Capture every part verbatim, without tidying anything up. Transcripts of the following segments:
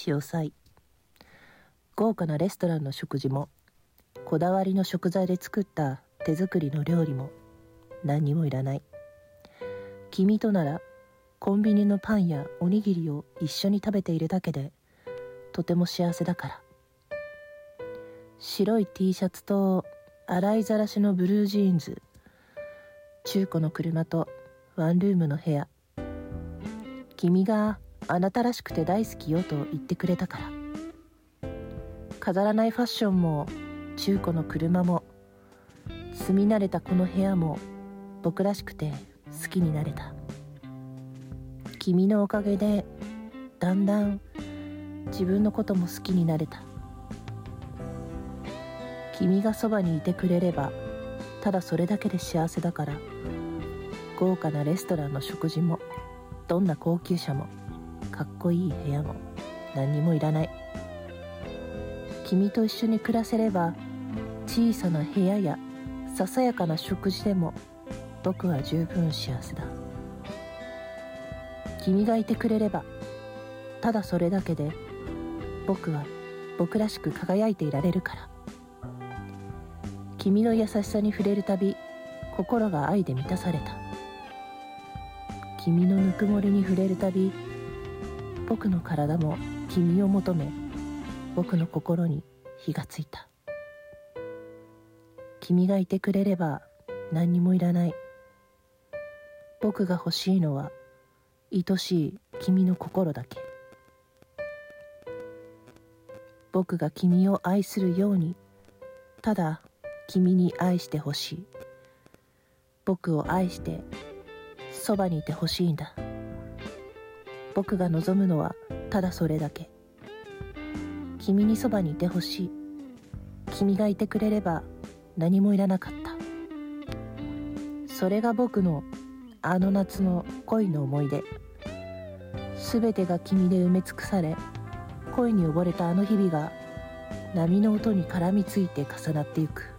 潮騒。豪華なレストランの食事も、こだわりの食材で作った手作りの料理も何にもいらない。君とならコンビニのパンやおにぎりを一緒に食べているだけでとても幸せだから。白い T シャツと洗いざらしのブルージーンズ、中古の車とワンルームの部屋。君があなたらしくて大好きよと言ってくれたから。飾らないファッションも中古の車も住み慣れたこの部屋も僕らしくて好きになれた。君のおかげでだんだん自分のことも好きになれた。君がそばにいてくれればただそれだけで幸せだから、豪華なレストランの食事もどんな高級車もかっこいい部屋も何にもいらない。君と一緒に暮らせれば小さな部屋やささやかな食事でも僕は十分幸せだ。君がいてくれればただそれだけで僕は僕らしく輝いていられるから。君の優しさに触れるたび心が愛で満たされた。君のぬくもりに触れるたび僕の体も君を求め、僕の心に火がついた。君がいてくれれば何にもいらない。僕が欲しいのは愛しい君の心だけ。僕が君を愛するようにただ君に愛してほしい。僕を愛してそばにいてほしいんだ。僕が望むのはただそれだけ。君にそばにいてほしい。君がいてくれれば何もいらなかった。それが僕のあの夏の恋の思い出。すべてが君で埋め尽くされ、恋に溺れたあの日々が波の音に絡みついて重なってゆく。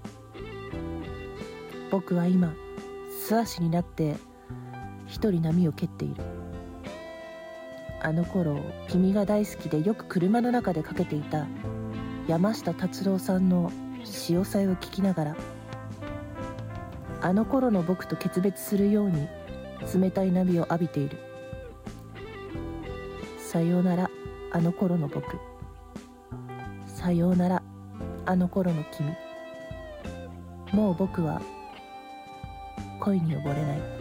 僕は今素足になって一人波を蹴っている。あの頃君が大好きでよく車の中でかけていた山下達郎さんの潮騒を聞きながら、あの頃の僕と決別するように冷たい波を浴びている。さようならあの頃の僕。さようならあの頃の君。もう僕は恋に溺れない。